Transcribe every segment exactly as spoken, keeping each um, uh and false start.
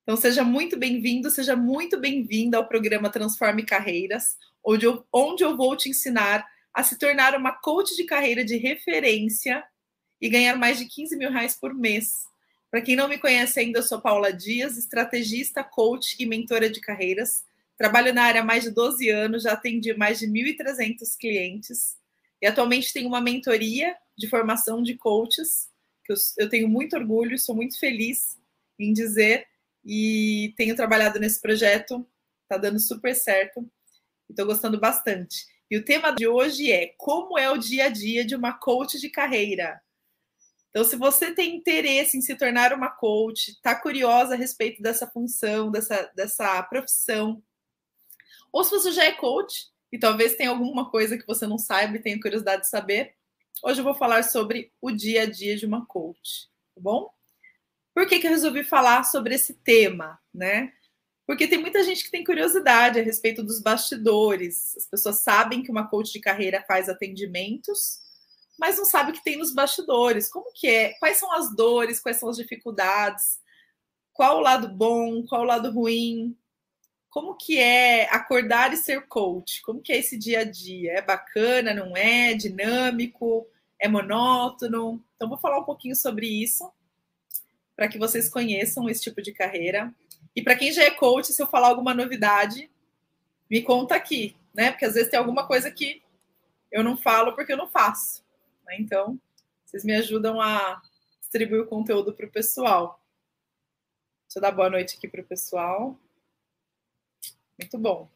Então, seja muito bem-vindo, seja muito bem-vinda ao programa Transforme Carreiras, onde eu, onde eu vou te ensinar a se tornar uma coach de carreira de referência e ganhar mais de quinze mil reais por mês. Para quem não me conhece ainda, eu sou Paula Dias, estrategista, coach e mentora de carreiras. Trabalho na área há mais de doze anos, já atendi mais de mil e trezentos clientes e atualmente tenho uma mentoria de formação de coaches, que eu, eu tenho muito orgulho, sou muito feliz em dizer, e tenho trabalhado nesse projeto, está dando super certo, e estou gostando bastante. E o tema de hoje é como é o dia a dia de uma coach de carreira. Então, se você tem interesse em se tornar uma coach, está curiosa a respeito dessa função, dessa, dessa profissão, ou se você já é coach e talvez tenha alguma coisa que você não saiba e tenha curiosidade de saber, hoje eu vou falar sobre o dia a dia de uma coach, tá bom? Por que que eu resolvi falar sobre esse tema, né? Porque tem muita gente que tem curiosidade a respeito dos bastidores. As pessoas sabem que uma coach de carreira faz atendimentos, mas não sabe o que tem nos bastidores. Como que é? Quais são as dores? Quais são as dificuldades? Qual o lado bom? Qual o lado ruim? Como que é acordar e ser coach? Como que é esse dia a dia? É bacana, não é? Dinâmico? É monótono? Então, vou falar um pouquinho sobre isso, para que vocês conheçam esse tipo de carreira. E para quem já é coach, se eu falar alguma novidade, me conta aqui, né? Porque às vezes tem alguma coisa que eu não falo porque eu não faço, né? Então, vocês me ajudam a distribuir o conteúdo para o pessoal. Deixa eu dar boa noite aqui para o pessoal. Muito bom.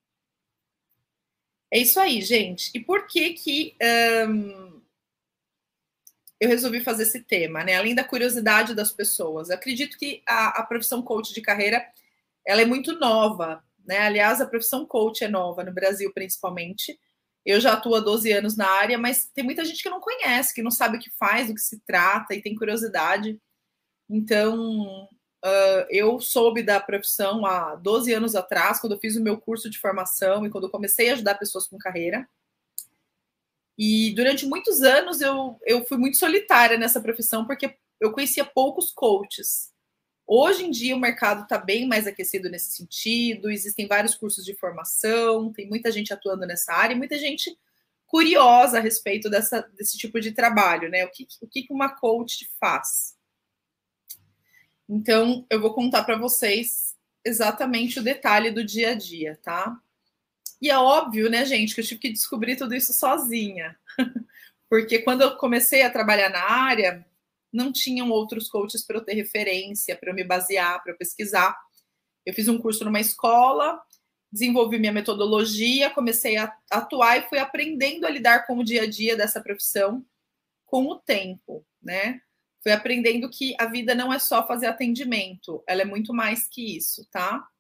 É isso aí, gente. E por que que hum, eu resolvi fazer esse tema, né? Além da curiosidade das pessoas. Eu acredito que a, a profissão coach de carreira, ela é muito nova, né? Aliás, a profissão coach é nova no Brasil, principalmente. Eu já atuo há doze anos na área, mas tem muita gente que não conhece, que não sabe o que faz, do que se trata e tem curiosidade. Então, uh, eu soube da profissão há doze anos atrás, quando eu fiz o meu curso de formação e quando eu comecei a ajudar pessoas com carreira. E durante muitos anos eu, eu fui muito solitária nessa profissão, porque eu conhecia poucos coaches. Hoje em dia o mercado está bem mais aquecido nesse sentido, existem vários cursos de formação, tem muita gente atuando nessa área e muita gente curiosa a respeito dessa, desse tipo de trabalho, né? O que, o que uma coach faz? Então, eu vou contar para vocês exatamente o detalhe do dia a dia, tá? E é óbvio, né, gente, que eu tive que descobrir tudo isso sozinha. Porque quando eu comecei a trabalhar na área, não tinham outros coaches para eu ter referência, para eu me basear, para eu pesquisar. Eu fiz um curso numa escola, desenvolvi minha metodologia, comecei a atuar e fui aprendendo a lidar com o dia a dia dessa profissão com o tempo, né? Fui aprendendo que a vida não é só fazer atendimento, ela é muito mais que isso, tá?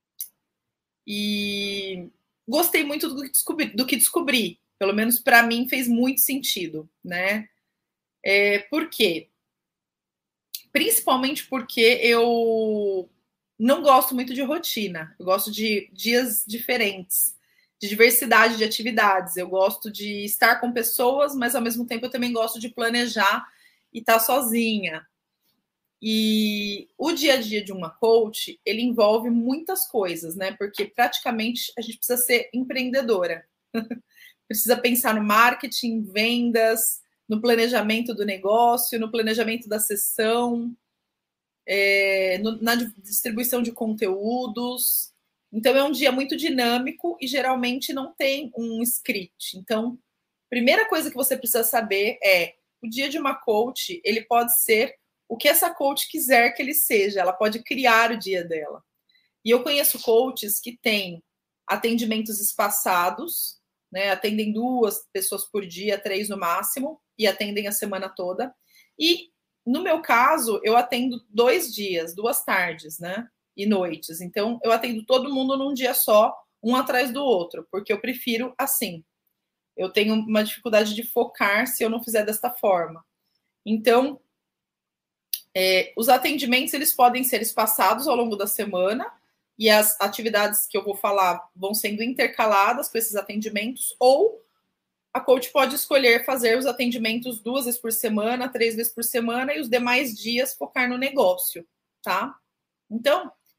E gostei muito do que descobri, do que descobri. Pelo menos para mim fez muito sentido, né? É, por quê? Principalmente porque eu não gosto muito de rotina. Eu gosto de dias diferentes, de diversidade de atividades. Eu gosto de estar com pessoas, mas ao mesmo tempo eu também gosto de planejar e estar sozinha. E o dia a dia de uma coach, ele envolve muitas coisas, né? Porque praticamente a gente precisa ser empreendedora. Precisa pensar no marketing, vendas, no planejamento do negócio, no planejamento da sessão, é, no, na distribuição de conteúdos. Então, é um dia muito dinâmico e geralmente não tem um script. Então, primeira coisa que você precisa saber é o dia de uma coach, ele pode ser o que essa coach quiser que ele seja, ela pode criar o dia dela. E eu conheço coaches que têm atendimentos espaçados, né, atendem duas pessoas por dia, três no máximo, e atendem a semana toda. E, no meu caso, eu atendo dois dias, duas tardes, né, e noites. Então, eu atendo todo mundo num dia só, um atrás do outro, porque eu prefiro assim. Eu tenho uma dificuldade de focar se eu não fizer desta forma. Então, é, os atendimentos, eles podem ser espaçados ao longo da semana, e as atividades que eu vou falar vão sendo intercaladas com esses atendimentos, ou a coach pode escolher fazer os atendimentos duas vezes por semana, três vezes por semana, e os demais dias focar no negócio, tá? Então,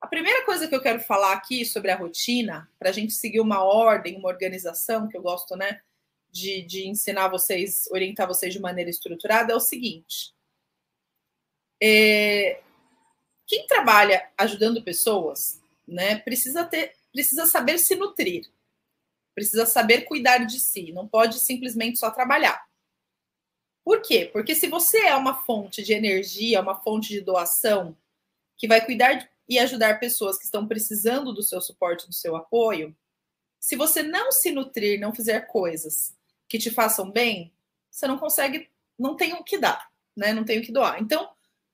primeira coisa que eu quero falar aqui sobre a rotina, para a gente seguir uma ordem, uma organização, que eu gosto, né, de, de ensinar vocês, orientar vocês de maneira estruturada, é o seguinte. É, quem trabalha ajudando pessoas, né, precisa ter, precisa saber se nutrir, precisa saber cuidar de si, não pode simplesmente só trabalhar. Por quê? Porque se você é uma fonte de energia, uma fonte de doação, que vai cuidar de, e ajudar pessoas que estão precisando do seu suporte, do seu apoio, se você não se nutrir, não fizer coisas que te façam bem, você não consegue, não tem o que dar, né? Não tem o que doar. Então,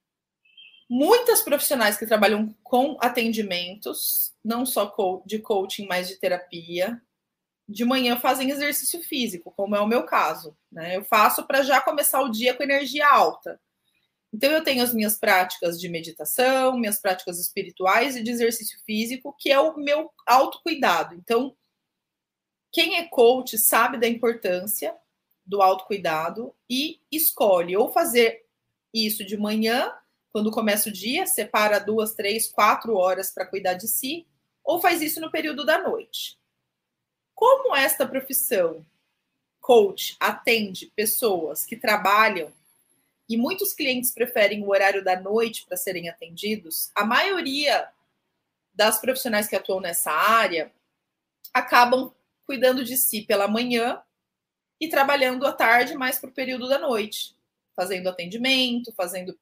muitas profissionais que trabalham com atendimentos, não só de coaching, mas de terapia, de manhã fazem exercício físico, como é o meu caso, né? Eu faço para já começar o dia com energia alta. Então, eu tenho as minhas práticas de meditação, minhas práticas espirituais e de exercício físico, que é o meu autocuidado. Então, quem é coach sabe da importância do autocuidado e escolhe ou fazer isso de manhã, quando começa o dia, separa duas, três, quatro horas para cuidar de si, ou faz isso no período da noite. Como esta profissão, coach, atende pessoas que trabalham e muitos clientes preferem o horário da noite para serem atendidos, a maioria das profissionais que atuam nessa área acabam cuidando de si pela manhã e trabalhando à tarde mais para o período da noite, fazendo atendimento, fazendo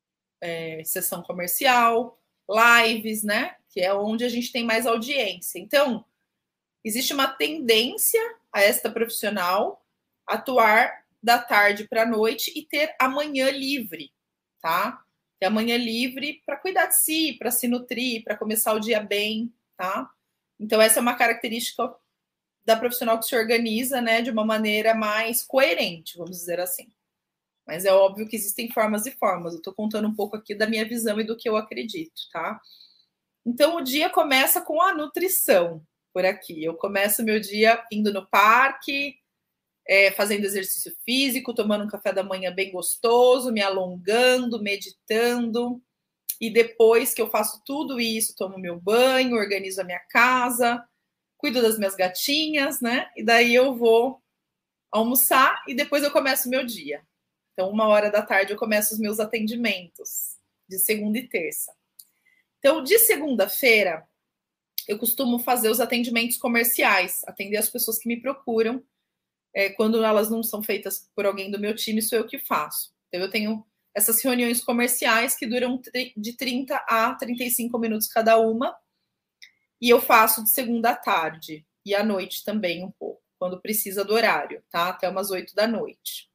é, sessão comercial, lives, né? Que é onde a gente tem mais audiência. Então, existe uma tendência a esta profissional atuar da tarde para a noite e ter a manhã livre, tá? Ter a manhã livre para cuidar de si, para se nutrir, para começar o dia bem, tá? Então, essa é uma característica da profissional que se organiza, né, de uma maneira mais coerente, vamos dizer assim. Mas é óbvio que existem formas e formas. Eu estou contando um pouco aqui da minha visão e do que eu acredito, tá? Então, o dia começa com a nutrição por aqui. Eu começo meu dia indo no parque, É, fazendo exercício físico, tomando um café da manhã bem gostoso, me alongando, meditando. E depois que eu faço tudo isso, tomo meu banho, organizo a minha casa, cuido das minhas gatinhas, né? E daí eu vou almoçar e depois eu começo o meu dia. Então, uma hora da tarde eu começo os meus atendimentos, de segunda e terça. Então, de segunda-feira, eu costumo fazer os atendimentos comerciais, atender as pessoas que me procuram. É, quando elas não são feitas por alguém do meu time, sou eu que faço. Então, eu tenho essas reuniões comerciais que duram de trinta a trinta e cinco minutos cada uma, e eu faço de segunda à tarde, e à noite também um pouco, quando precisa do horário, tá? Até umas oito da noite.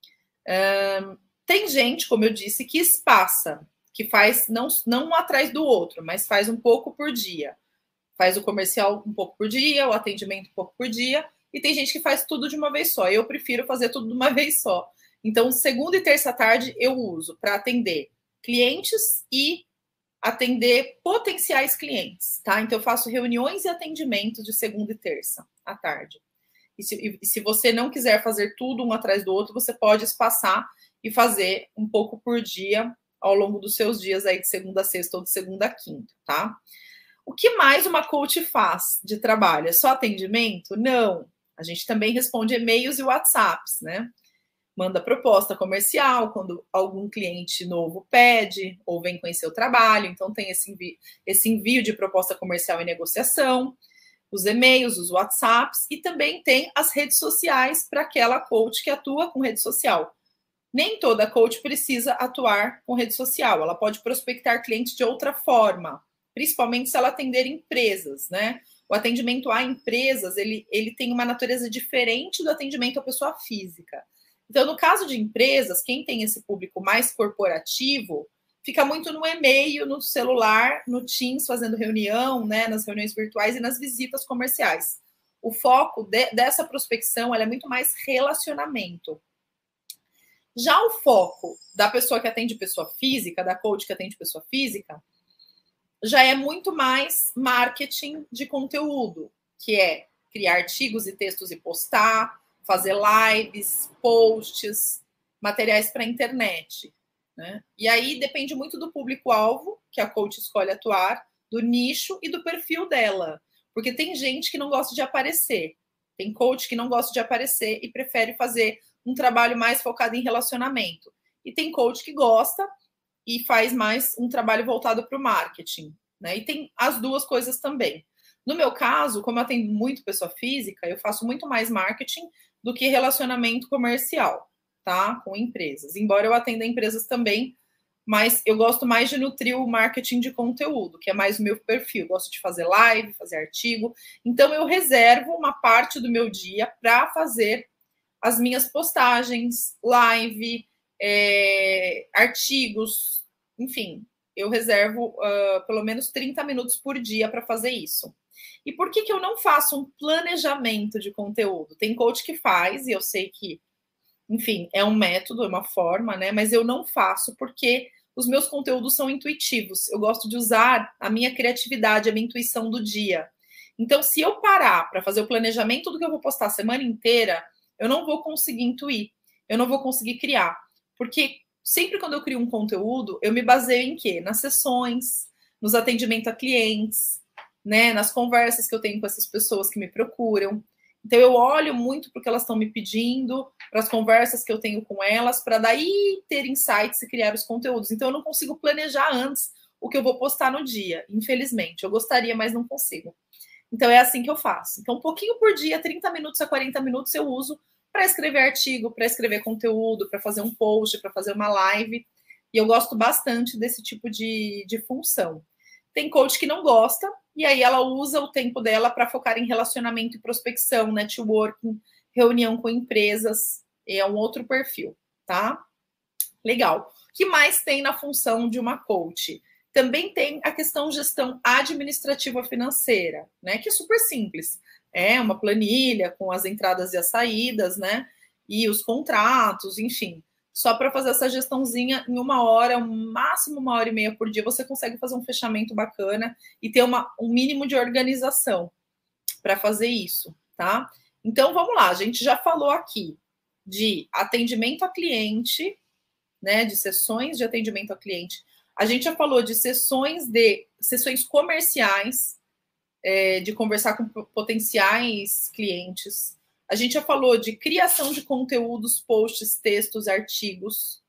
Um, tem gente, como eu disse, que espaça, que faz não, não um atrás do outro, mas faz um pouco por dia. Faz o comercial um pouco por dia, o atendimento um pouco por dia, e tem gente que faz tudo de uma vez só. Eu prefiro fazer tudo de uma vez só. Então, segunda e terça tarde eu uso para atender clientes e atender potenciais clientes, tá? Então, eu faço reuniões e atendimentos de segunda e terça à tarde. E se, e se você não quiser fazer tudo um atrás do outro, você pode espaçar e fazer um pouco por dia ao longo dos seus dias aí de segunda a sexta ou de segunda a quinta, tá? O que mais uma coach faz de trabalho? É só atendimento? Não. A gente também responde e-mails e WhatsApps, né? Manda proposta comercial quando algum cliente novo pede ou vem conhecer o trabalho. Então, tem esse envio, esse envio de proposta comercial e negociação, os e-mails, os WhatsApps, e também tem as redes sociais para aquela coach que atua com rede social. Nem toda coach precisa atuar com rede social. Ela pode prospectar clientes de outra forma, principalmente se ela atender empresas, né? O atendimento a empresas, ele, ele tem uma natureza diferente do atendimento à pessoa física. Então, no caso de empresas, quem tem esse público mais corporativo, fica muito no e-mail, no celular, no Teams, fazendo reunião, né, nas reuniões virtuais e nas visitas comerciais. O foco de, dessa prospecção ela é muito mais relacionamento. Já o foco da pessoa que atende pessoa física, da coach que atende pessoa física, já é muito mais marketing de conteúdo, que é criar artigos e textos e postar, fazer lives, posts, materiais para a internet, né? E aí depende muito do público-alvo que a coach escolhe atuar, do nicho e do perfil dela. Porque tem gente que não gosta de aparecer. Tem coach que não gosta de aparecer e prefere fazer um trabalho mais focado em relacionamento. E tem coach que gosta e faz mais um trabalho voltado para o marketing, né? E tem as duas coisas também. No meu caso, como eu atendo muito pessoa física, eu faço muito mais marketing do que relacionamento comercial, tá? Com empresas. Embora eu atenda empresas também, mas eu gosto mais de nutrir o marketing de conteúdo, que é mais o meu perfil. Eu gosto de fazer live, fazer artigo. Então, eu reservo uma parte do meu dia para fazer as minhas postagens, live, é, artigos, enfim. Eu reservo uh, pelo menos trinta minutos por dia para fazer isso. E por que, que eu não faço um planejamento de conteúdo? Tem coach que faz, e eu sei que, enfim, é um método, é uma forma, né? Mas eu não faço porque os meus conteúdos são intuitivos. Eu gosto de usar a minha criatividade, a minha intuição do dia. Então, se eu parar para fazer o planejamento do que eu vou postar a semana inteira, eu não vou conseguir intuir, eu não vou conseguir criar. Porque sempre quando eu crio um conteúdo, eu me baseio em quê? Nas sessões, nos atendimentos a clientes, né? Nas conversas que eu tenho com essas pessoas que me procuram. Então, eu olho muito para o que elas estão me pedindo, para as conversas que eu tenho com elas, para daí ter insights e criar os conteúdos. Então, eu não consigo planejar antes o que eu vou postar no dia, infelizmente. Eu gostaria, mas não consigo. Então, é assim que eu faço. Então, um pouquinho por dia, trinta minutos a quarenta minutos, eu uso para escrever artigo, para escrever conteúdo, para fazer um post, para fazer uma live. E eu gosto bastante desse tipo de, de função. Tem coach que não gosta, e aí ela usa o tempo dela para focar em relacionamento e prospecção, networking, reunião com empresas, é um outro perfil, tá? Legal. O que mais tem na função de uma coach? Também tem a questão gestão administrativa financeira, né? Que é super simples. É uma planilha com as entradas e as saídas, né? E os contratos, enfim. Só para fazer essa gestãozinha em uma hora, um máximo uma hora e meia por dia, você consegue fazer um fechamento bacana e ter uma, um mínimo de organização para fazer isso, tá? Então, vamos lá. A gente já falou aqui de atendimento a cliente, né? De sessões de atendimento a cliente. A gente já falou de sessões de sessões comerciais, é, de conversar com potenciais clientes. A gente já falou de criação de conteúdos, posts, textos, artigos.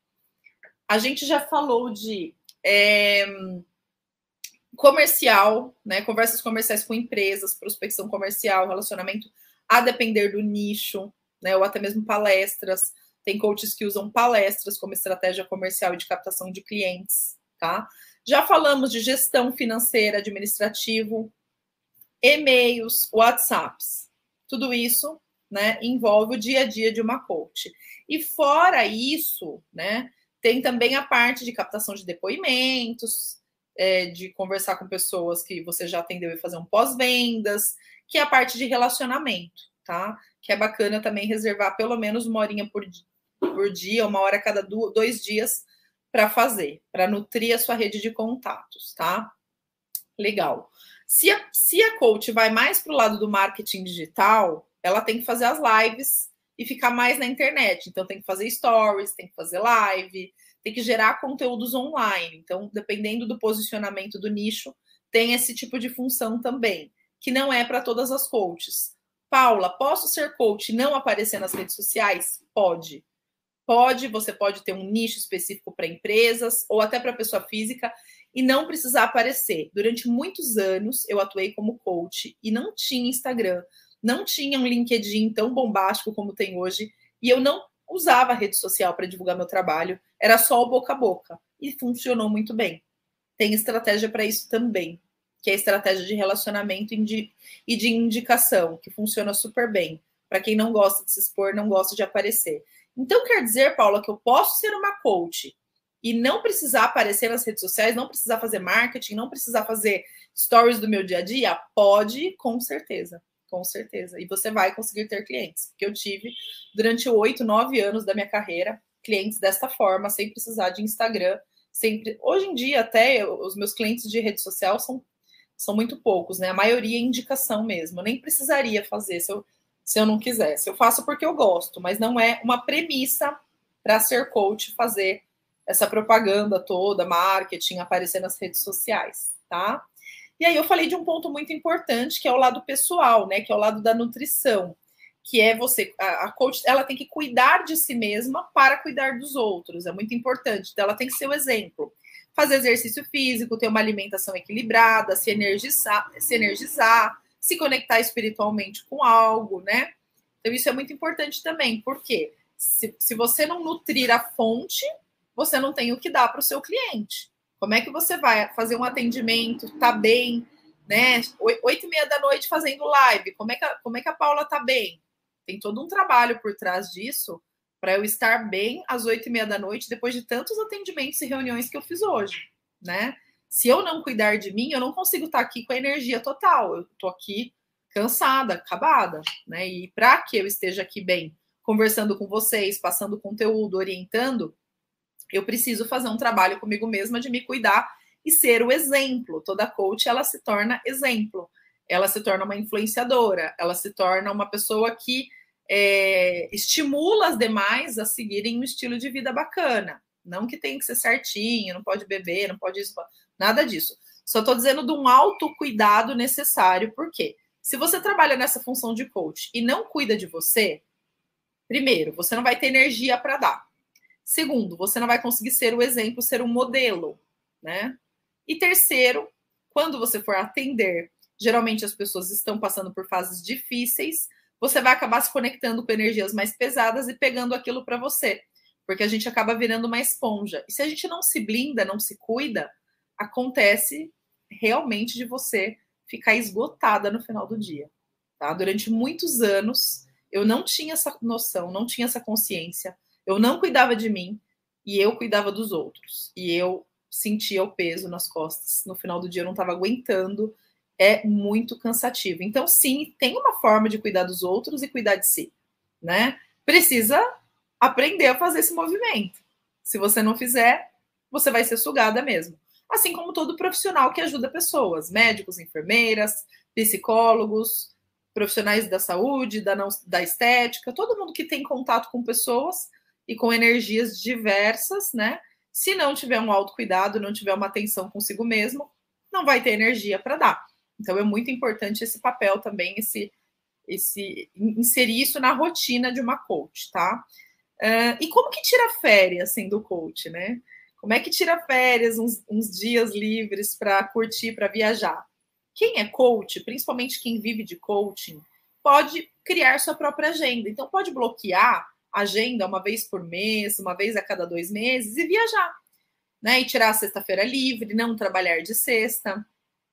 A gente já falou de é, comercial, né? Conversas comerciais com empresas, prospecção comercial, relacionamento a depender do nicho, né? Ou até mesmo palestras. Tem coaches que usam palestras como estratégia comercial e de captação de clientes, tá? Já falamos de gestão financeira, administrativo, e-mails, WhatsApps. Tudo isso, né, envolve o dia a dia de uma coach. E fora isso, né, tem também a parte de captação de depoimentos, é, de conversar com pessoas que você já atendeu e fazer um pós-vendas, que é a parte de relacionamento, tá? Que é bacana também reservar pelo menos uma horinha por, por dia, uma hora a cada dois dias para fazer, para nutrir a sua rede de contatos, tá? Legal. Se a, se a coach vai mais para o lado do marketing digital, ela tem que fazer as lives e ficar mais na internet. Então, tem que fazer stories, tem que fazer live, tem que gerar conteúdos online. Então, dependendo do posicionamento do nicho, tem esse tipo de função também, que não é para todas as coaches. Paula, posso ser coach e não aparecer nas redes sociais? Pode. Pode, você pode ter um nicho específico para empresas ou até para pessoa física e não precisar aparecer. Durante muitos anos, eu atuei como coach e não tinha Instagram, não tinha um LinkedIn tão bombástico como tem hoje, e eu não usava rede social para divulgar meu trabalho, era só o boca a boca, e funcionou muito bem. Tem estratégia para isso também, que é a estratégia de relacionamento e de indicação, que funciona super bem. Para quem não gosta de se expor, não gosta de aparecer. Então, quer dizer, Paula, que eu posso ser uma coach e não precisar aparecer nas redes sociais, não precisar fazer marketing, não precisar fazer stories do meu dia a dia? Pode, com certeza, com certeza. E você vai conseguir ter clientes, porque eu tive, durante oito, nove anos da minha carreira, clientes desta forma, sem precisar de Instagram, sempre. Hoje em dia, até, os meus clientes de rede social são, são muito poucos, né? A maioria é indicação mesmo. Eu nem precisaria fazer se eu, se eu não quisesse. Eu faço porque eu gosto, mas não é uma premissa para ser coach fazer essa propaganda toda, marketing, aparecer nas redes sociais, tá? E aí eu falei de um ponto muito importante, que é o lado pessoal, né? Que é o lado da nutrição, que é você, a, a coach, ela tem que cuidar de si mesma para cuidar dos outros. É muito importante. Então, ela tem que ser o exemplo. Fazer exercício físico, ter uma alimentação equilibrada, se energizar, se energizar, se conectar espiritualmente com algo, né? Então, isso é muito importante também, porque se, se você não nutrir a fonte, você não tem o que dar para o seu cliente. Como é que você vai fazer um atendimento, tá bem, né? Oito e meia da noite fazendo live, como é que a, como é que a Paula tá bem? Tem todo um trabalho por trás disso para eu estar bem às oito e meia da noite, depois de tantos atendimentos e reuniões que eu fiz hoje, né? Se eu não cuidar de mim, eu não consigo estar aqui com a energia total. Eu tô aqui cansada, acabada, né? E para que eu esteja aqui bem, conversando com vocês, passando conteúdo, orientando, eu preciso fazer um trabalho comigo mesma de me cuidar e ser o exemplo. Toda coach, ela se torna exemplo. Ela se torna uma influenciadora. Ela se torna uma pessoa que é, estimula as demais a seguirem um estilo de vida bacana. Não que tem que ser certinho, não pode beber, não pode isso, nada disso. Só estou dizendo de um autocuidado necessário. Por quê? Se você trabalha nessa função de coach e não cuida de você, primeiro, você não vai ter energia para dar. Segundo, você não vai conseguir ser o exemplo, ser um modelo, né? E terceiro, quando você for atender, geralmente as pessoas estão passando por fases difíceis, você vai acabar se conectando com energias mais pesadas e pegando aquilo para você, porque a gente acaba virando uma esponja. E se a gente não se blinda, não se cuida, acontece realmente de você ficar esgotada no final do dia, tá? Durante muitos anos, eu não tinha essa noção, não tinha essa consciência. Eu não cuidava de mim e eu cuidava dos outros. E eu sentia o peso nas costas. No final do dia eu não estava aguentando. É muito cansativo. Então, sim, tem uma forma de cuidar dos outros e cuidar de si, né? Precisa aprender a fazer esse movimento. Se você não fizer, você vai ser sugada mesmo. Assim como todo profissional que ajuda pessoas. Médicos, enfermeiras, psicólogos, profissionais da saúde, da, não, da estética. Todo mundo que tem contato com pessoas e com energias diversas, né? Se não tiver um autocuidado, não tiver uma atenção consigo mesmo, não vai ter energia para dar. Então é muito importante esse papel também, esse, esse inserir isso na rotina de uma coach, tá? Uh, e como que tira férias sendo coach, né? Como é que tira férias, uns, uns dias livres para curtir, para viajar? Quem é coach, principalmente quem vive de coaching, pode criar sua própria agenda. Então pode bloquear agenda uma vez por mês, uma vez a cada dois meses e viajar, né? E tirar a sexta-feira livre, não trabalhar de sexta.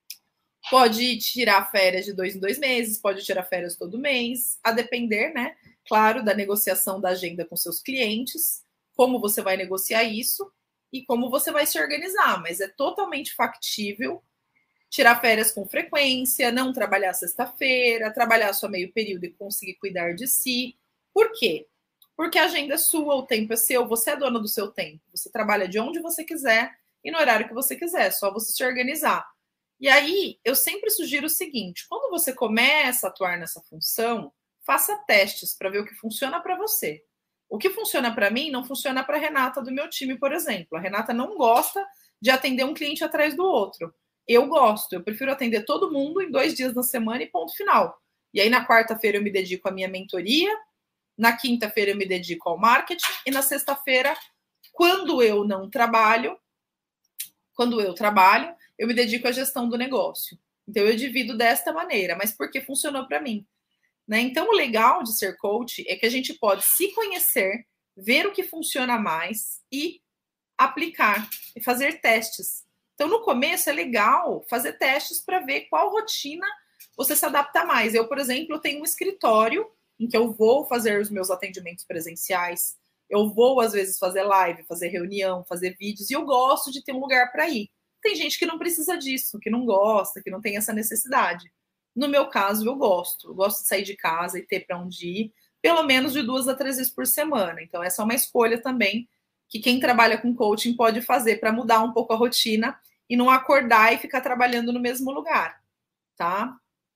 Pode tirar férias de dois em dois meses, pode tirar férias todo mês, a depender, né? Claro, da negociação da agenda com seus clientes, como você vai negociar isso e como você vai se organizar. Mas é totalmente factível tirar férias com frequência, não trabalhar sexta-feira, trabalhar só meio período e conseguir cuidar de si. Por quê? Porque a agenda é sua, o tempo é seu, você é dona do seu tempo. Você trabalha de onde você quiser e no horário que você quiser, só você se organizar. E aí, eu sempre sugiro o seguinte, quando você começa a atuar nessa função, faça testes para ver o que funciona para você. O que funciona para mim não funciona para a Renata do meu time, por exemplo. A Renata não gosta de atender um cliente atrás do outro. Eu gosto, eu prefiro atender todo mundo em dois dias na semana e ponto final. E aí, na quarta-feira, eu me dedico à minha mentoria, na quinta-feira, eu me dedico ao marketing, e na sexta-feira, quando eu não trabalho, quando eu trabalho, eu me dedico à gestão do negócio. Então, eu divido desta maneira, mas porque funcionou para mim. Né? Então, o legal de ser coach é que a gente pode se conhecer, ver o que funciona mais e aplicar e fazer testes. Então, no começo, é legal fazer testes para ver qual rotina você se adapta mais. Eu, por exemplo, tenho um escritório em que eu vou fazer os meus atendimentos presenciais, eu vou, às vezes, fazer live, fazer reunião, fazer vídeos, e eu gosto de ter um lugar para ir. Tem gente que não precisa disso, que não gosta, que não tem essa necessidade. No meu caso, eu gosto. Eu gosto de sair de casa e ter para onde ir, pelo menos de duas a três vezes por semana. Então, essa é uma escolha também que quem trabalha com coaching pode fazer para mudar um pouco a rotina e não acordar e ficar trabalhando no mesmo lugar, tá?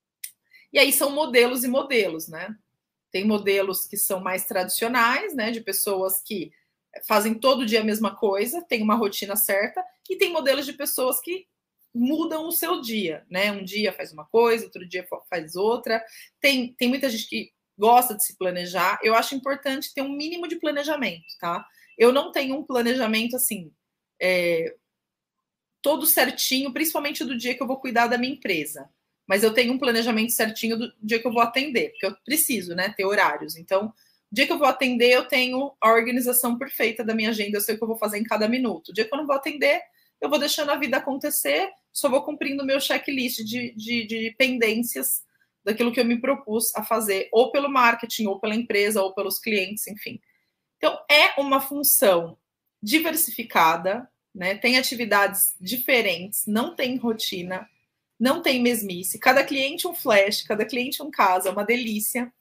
E aí são modelos e modelos, né? Tem modelos que são mais tradicionais, né? De pessoas que fazem todo dia a mesma coisa, tem uma rotina certa, e tem modelos de pessoas que mudam o seu dia, né? Um dia faz uma coisa, outro dia faz outra. Tem, tem muita gente que gosta de se planejar. Eu acho importante ter um mínimo de planejamento, tá? Eu não tenho um planejamento assim, é, todo certinho, principalmente do dia que eu vou cuidar da minha empresa. Mas eu tenho um planejamento certinho do dia que eu vou atender, porque eu preciso, né, ter horários. Então, o dia que eu vou atender, eu tenho a organização perfeita da minha agenda, eu sei o que eu vou fazer em cada minuto. O dia que eu não vou atender, eu vou deixando a vida acontecer, só vou cumprindo o meu checklist de, de, de pendências daquilo que eu me propus a fazer, ou pelo marketing, ou pela empresa, ou pelos clientes, enfim. Então, é uma função diversificada, né? Tem atividades diferentes, não tem rotina, não tem mesmice. Cada cliente um flash, cada cliente um caso, é uma delícia.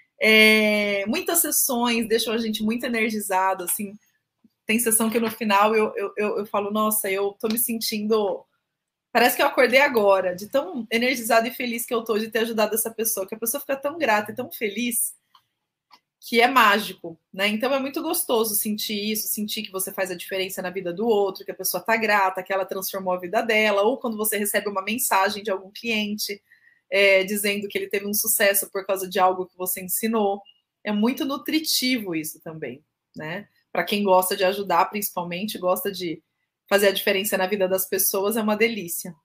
É, muitas sessões deixam a gente muito energizado, assim. Tem sessão que no final eu, eu, eu, eu falo, nossa, eu tô me sentindo... Parece que eu acordei agora, de tão energizada e feliz que eu tô de ter ajudado essa pessoa, que a pessoa fica tão grata e tão feliz que é mágico, né? Então é muito gostoso sentir isso, sentir que você faz a diferença na vida do outro, que a pessoa tá grata, que ela transformou a vida dela, ou quando você recebe uma mensagem de algum cliente é, dizendo que ele teve um sucesso por causa de algo que você ensinou. É muito nutritivo isso também, né? Para quem gosta de ajudar, principalmente, gosta de fazer a diferença na vida das pessoas, é uma delícia.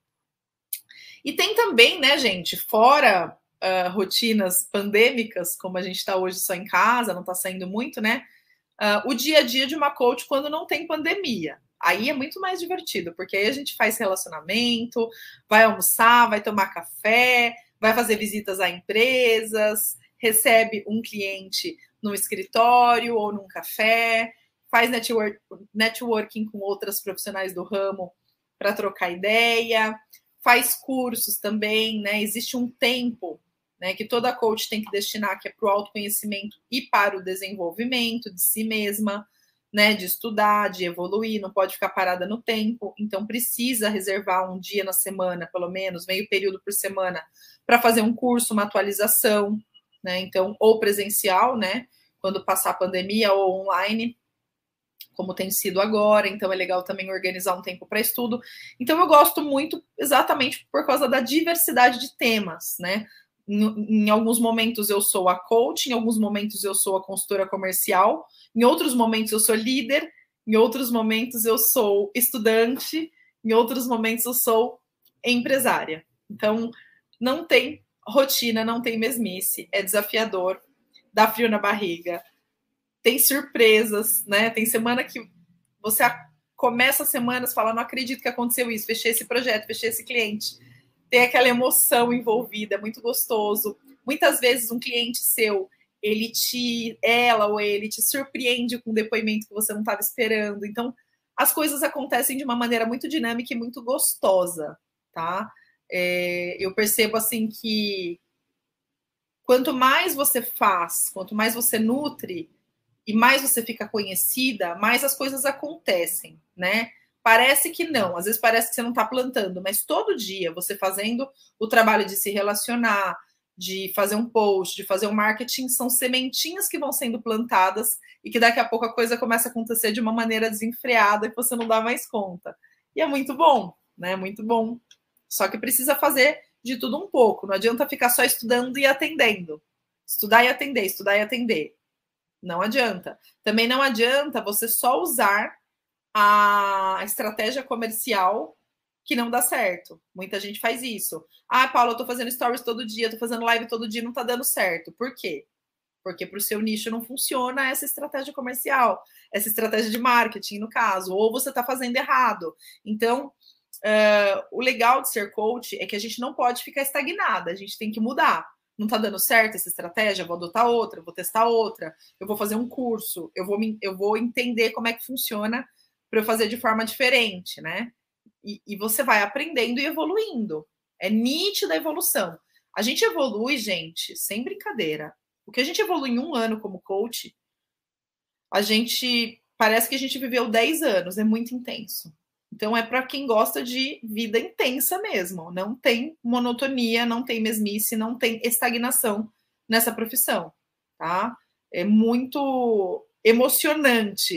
E tem também, né, gente, fora uh, rotinas pandêmicas, como a gente está hoje só em casa, não está saindo muito, né? Uh, o dia a dia de uma coach quando não tem pandemia. Aí é muito mais divertido, porque aí a gente faz relacionamento, vai almoçar, vai tomar café, vai fazer visitas a empresas, recebe um cliente no escritório ou num café, faz network, networking com outras profissionais do ramo para trocar ideia, faz cursos também, né? Existe um tempo, né, que toda coach tem que destinar, que é para o autoconhecimento e para o desenvolvimento de si mesma, né? De estudar, de evoluir, não pode ficar parada no tempo. Então, precisa reservar um dia na semana, pelo menos, meio período por semana, para fazer um curso, uma atualização, né? Então, ou presencial, né? Quando passar a pandemia, ou online, como tem sido agora. Então é legal também organizar um tempo para estudo. Então eu gosto muito exatamente por causa da diversidade de temas, né? Em, em alguns momentos eu sou a coach, em alguns momentos eu sou a consultora comercial, em outros momentos eu sou líder, em outros momentos eu sou estudante, em outros momentos eu sou empresária. Então não tem rotina, não tem mesmice, é desafiador, dá frio na barriga, tem surpresas, né? Tem semana que você começa a semana e fala, não acredito que aconteceu isso, fechei esse projeto, fechei esse cliente. Tem aquela emoção envolvida, é muito gostoso. Muitas vezes um cliente seu, ele te, ela ou ele te surpreende com um depoimento que você não estava esperando. Então, as coisas acontecem de uma maneira muito dinâmica e muito gostosa, tá? É, eu percebo, assim, que quanto mais você faz, quanto mais você nutre, e mais você fica conhecida, mais as coisas acontecem, né? Parece que não, às vezes parece que você não está plantando, mas todo dia você fazendo o trabalho de se relacionar, de fazer um post, de fazer um marketing, são sementinhas que vão sendo plantadas e que daqui a pouco a coisa começa a acontecer de uma maneira desenfreada que você não dá mais conta. E é muito bom, né? Muito bom. Só que precisa fazer de tudo um pouco, não adianta ficar só estudando e atendendo. Estudar e atender, estudar e atender. Não adianta. Também não adianta você só usar a estratégia comercial que não dá certo. Muita gente faz isso. Ah, Paula, eu tô fazendo stories todo dia, tô fazendo live todo dia, não tá dando certo. Por quê? Porque para o seu nicho não funciona essa estratégia comercial, essa estratégia de marketing, no caso, ou você tá fazendo errado. Então, uh, o legal de ser coach é que a gente não pode ficar estagnada, a gente tem que mudar. Não está dando certo essa estratégia, vou adotar outra, vou testar outra, eu vou fazer um curso, eu vou, me, eu vou entender como é que funciona para eu fazer de forma diferente, né? E, e você vai aprendendo e evoluindo. É nítida a evolução. A gente evolui, gente, sem brincadeira. O que a gente evolui em um ano como coach, a gente parece que a gente viveu dez anos, é muito intenso. Então, é para quem gosta de vida intensa mesmo. Não tem monotonia, não tem mesmice, não tem estagnação nessa profissão, tá? É muito emocionante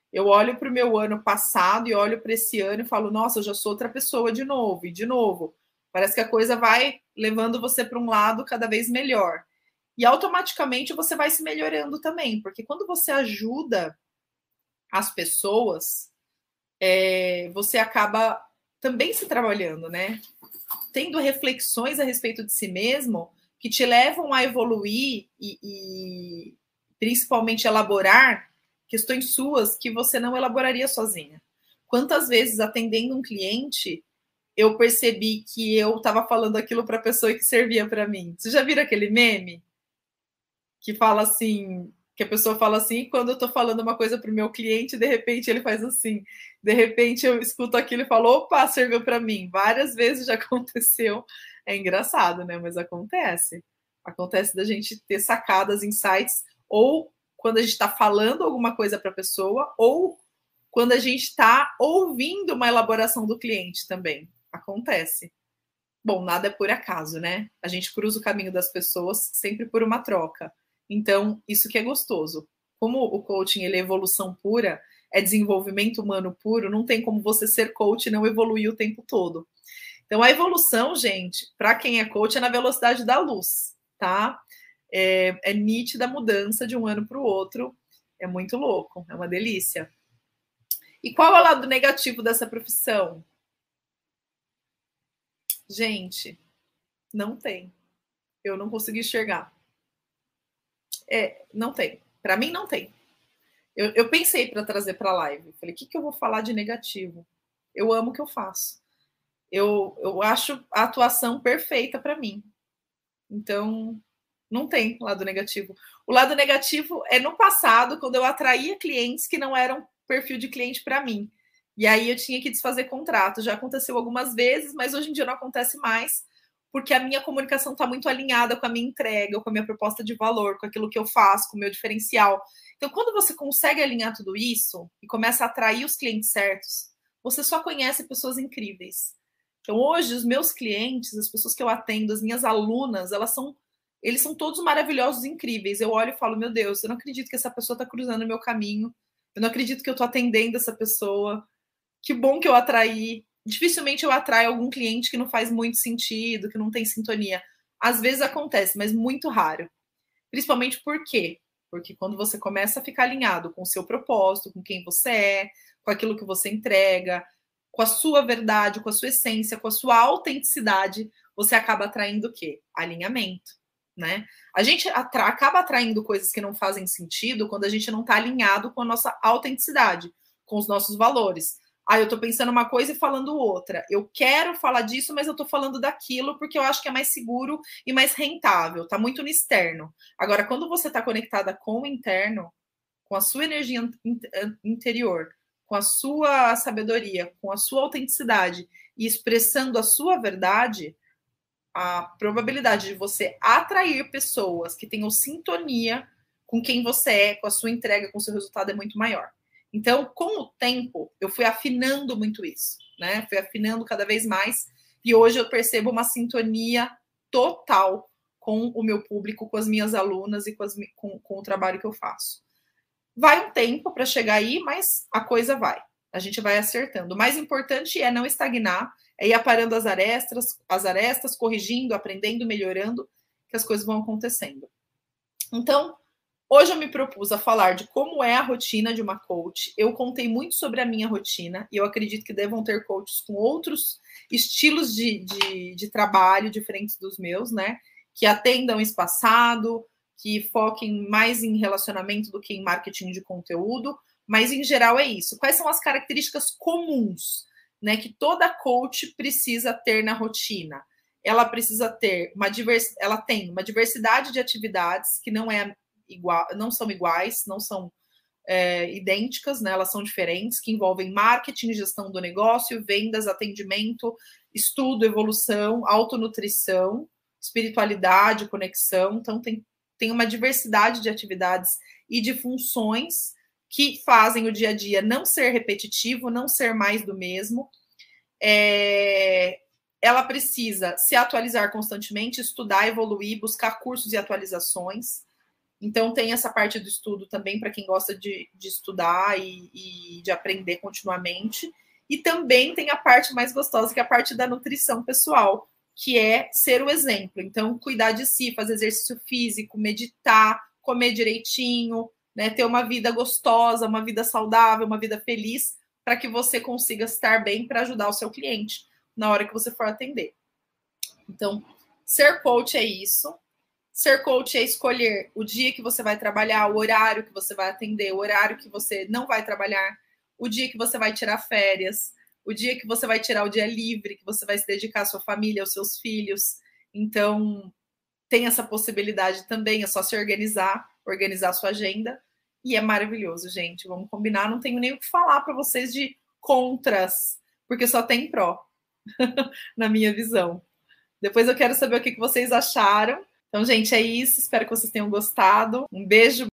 Eu olho para o meu ano passado e olho para esse ano e falo, nossa, eu já sou outra pessoa de novo, e de novo. Parece que a coisa vai levando você para um lado cada vez melhor. E automaticamente você vai se melhorando também, porque quando você ajuda as pessoas, é, você acaba também se trabalhando, né? Tendo reflexões a respeito de si mesmo que te levam a evoluir e, e principalmente elaborar questões suas que você não elaboraria sozinha. Quantas vezes atendendo um cliente eu percebi que eu estava falando aquilo para a pessoa que servia para mim. Você já viram aquele meme que fala assim, que a pessoa fala assim, quando eu estou falando uma coisa para o meu cliente, de repente ele faz assim, de repente eu escuto aquilo e falo, opa, serviu para mim. Várias vezes já aconteceu. É engraçado, né? Mas acontece. Acontece da gente ter sacadas, insights, ou quando a gente está falando alguma coisa para a pessoa, ou quando a gente está ouvindo uma elaboração do cliente também. Acontece. Bom, nada é por acaso, né? A gente cruza o caminho das pessoas sempre por uma troca. Então, isso que é gostoso. Como o coaching ele é evolução pura, é desenvolvimento humano puro, não tem como você ser coach e não evoluir o tempo todo. Então, a evolução, gente, para quem é coach, é na velocidade da luz, tá? É, é nítida a mudança de um ano para o outro. É muito louco, é uma delícia. E qual é o lado negativo dessa profissão? Gente, não tem. Eu não consigo enxergar. É, não tem. Para mim, não tem. Eu, eu pensei para trazer para a live. Falei, o que, que eu vou falar de negativo? Eu amo o que eu faço. Eu, eu acho a atuação perfeita para mim. Então, não tem lado negativo. O lado negativo é no passado, quando eu atraía clientes que não eram perfil de cliente para mim. E aí eu tinha que desfazer contrato. Já aconteceu algumas vezes, mas hoje em dia não acontece mais, porque a minha comunicação está muito alinhada com a minha entrega, com a minha proposta de valor, com aquilo que eu faço, com o meu diferencial. Então, quando você consegue alinhar tudo isso e começa a atrair os clientes certos, você só conhece pessoas incríveis. Então, hoje, os meus clientes, as pessoas que eu atendo, as minhas alunas, elas são, eles são todos maravilhosos, incríveis. Eu olho e falo, meu Deus, eu não acredito que essa pessoa está cruzando o meu caminho. Eu não acredito que eu estou atendendo essa pessoa. Que bom que eu atraí. Dificilmente eu atraio algum cliente que não faz muito sentido, que não tem sintonia. Às vezes acontece, mas muito raro. Principalmente por quê? Porque quando você começa a ficar alinhado com o seu propósito, com quem você é, com aquilo que você entrega, com a sua verdade, com a sua essência, com a sua autenticidade, você acaba atraindo o quê? Alinhamento, né? A gente atra- acaba atraindo coisas que não fazem sentido quando a gente não está alinhado com a nossa autenticidade, com os nossos valores. Ah, eu tô pensando uma coisa e falando outra. Eu quero falar disso, mas eu tô falando daquilo porque eu acho que é mais seguro e mais rentável. Tá muito no externo. Agora, quando você tá conectada com o interno, com a sua energia interior, com a sua sabedoria, com a sua autenticidade e expressando a sua verdade, a probabilidade de você atrair pessoas que tenham sintonia com quem você é, com a sua entrega, com o seu resultado é muito maior. Então, com o tempo, eu fui afinando muito isso, né? Fui afinando cada vez mais e hoje eu percebo uma sintonia total com o meu público, com as minhas alunas e com, as, com, com o trabalho que eu faço. Vai um tempo para chegar aí, mas a coisa vai. A gente vai acertando. O mais importante é não estagnar, é ir aparando as arestas, as arestas, corrigindo, aprendendo, melhorando, que as coisas vão acontecendo. Então, hoje eu me propus a falar de como é a rotina de uma coach. Eu contei muito sobre a minha rotina e eu acredito que devam ter coaches com outros estilos de, de, de trabalho diferentes dos meus, né? Que atendam espaçado, que foquem mais em relacionamento do que em marketing de conteúdo, mas em geral é isso. Quais são as características comuns, né, que toda coach precisa ter na rotina? Ela precisa ter uma divers... ela tem uma diversidade de atividades que não é igual, não são iguais, não são é, idênticas, né? Elas são diferentes, que envolvem marketing, gestão do negócio, vendas, atendimento, estudo, evolução, autonutrição, espiritualidade, conexão. Então, tem, tem uma diversidade de atividades e de funções que fazem o dia a dia não ser repetitivo, não ser mais do mesmo. É, ela precisa se atualizar constantemente, estudar, evoluir, buscar cursos e atualizações. Então, tem essa parte do estudo também para quem gosta de, de estudar e, e de aprender continuamente. E também tem a parte mais gostosa, que é a parte da nutrição pessoal, que é ser o exemplo. Então, cuidar de si, fazer exercício físico, meditar, comer direitinho, né, ter uma vida gostosa, uma vida saudável, uma vida feliz, para que você consiga estar bem para ajudar o seu cliente na hora que você for atender. Então, ser coach é isso. Ser coach é escolher o dia que você vai trabalhar, o horário que você vai atender, o horário que você não vai trabalhar, o dia que você vai tirar férias, o dia que você vai tirar o dia livre, que você vai se dedicar à sua família, aos seus filhos. Então, tem essa possibilidade também, é só se organizar, organizar a sua agenda, e é maravilhoso, gente. Vamos combinar, não tenho nem o que falar para vocês de contras, porque só tem pró, na minha visão. Depois eu quero saber o que vocês acharam. Então, gente, é isso. Espero que vocês tenham gostado. Um beijo.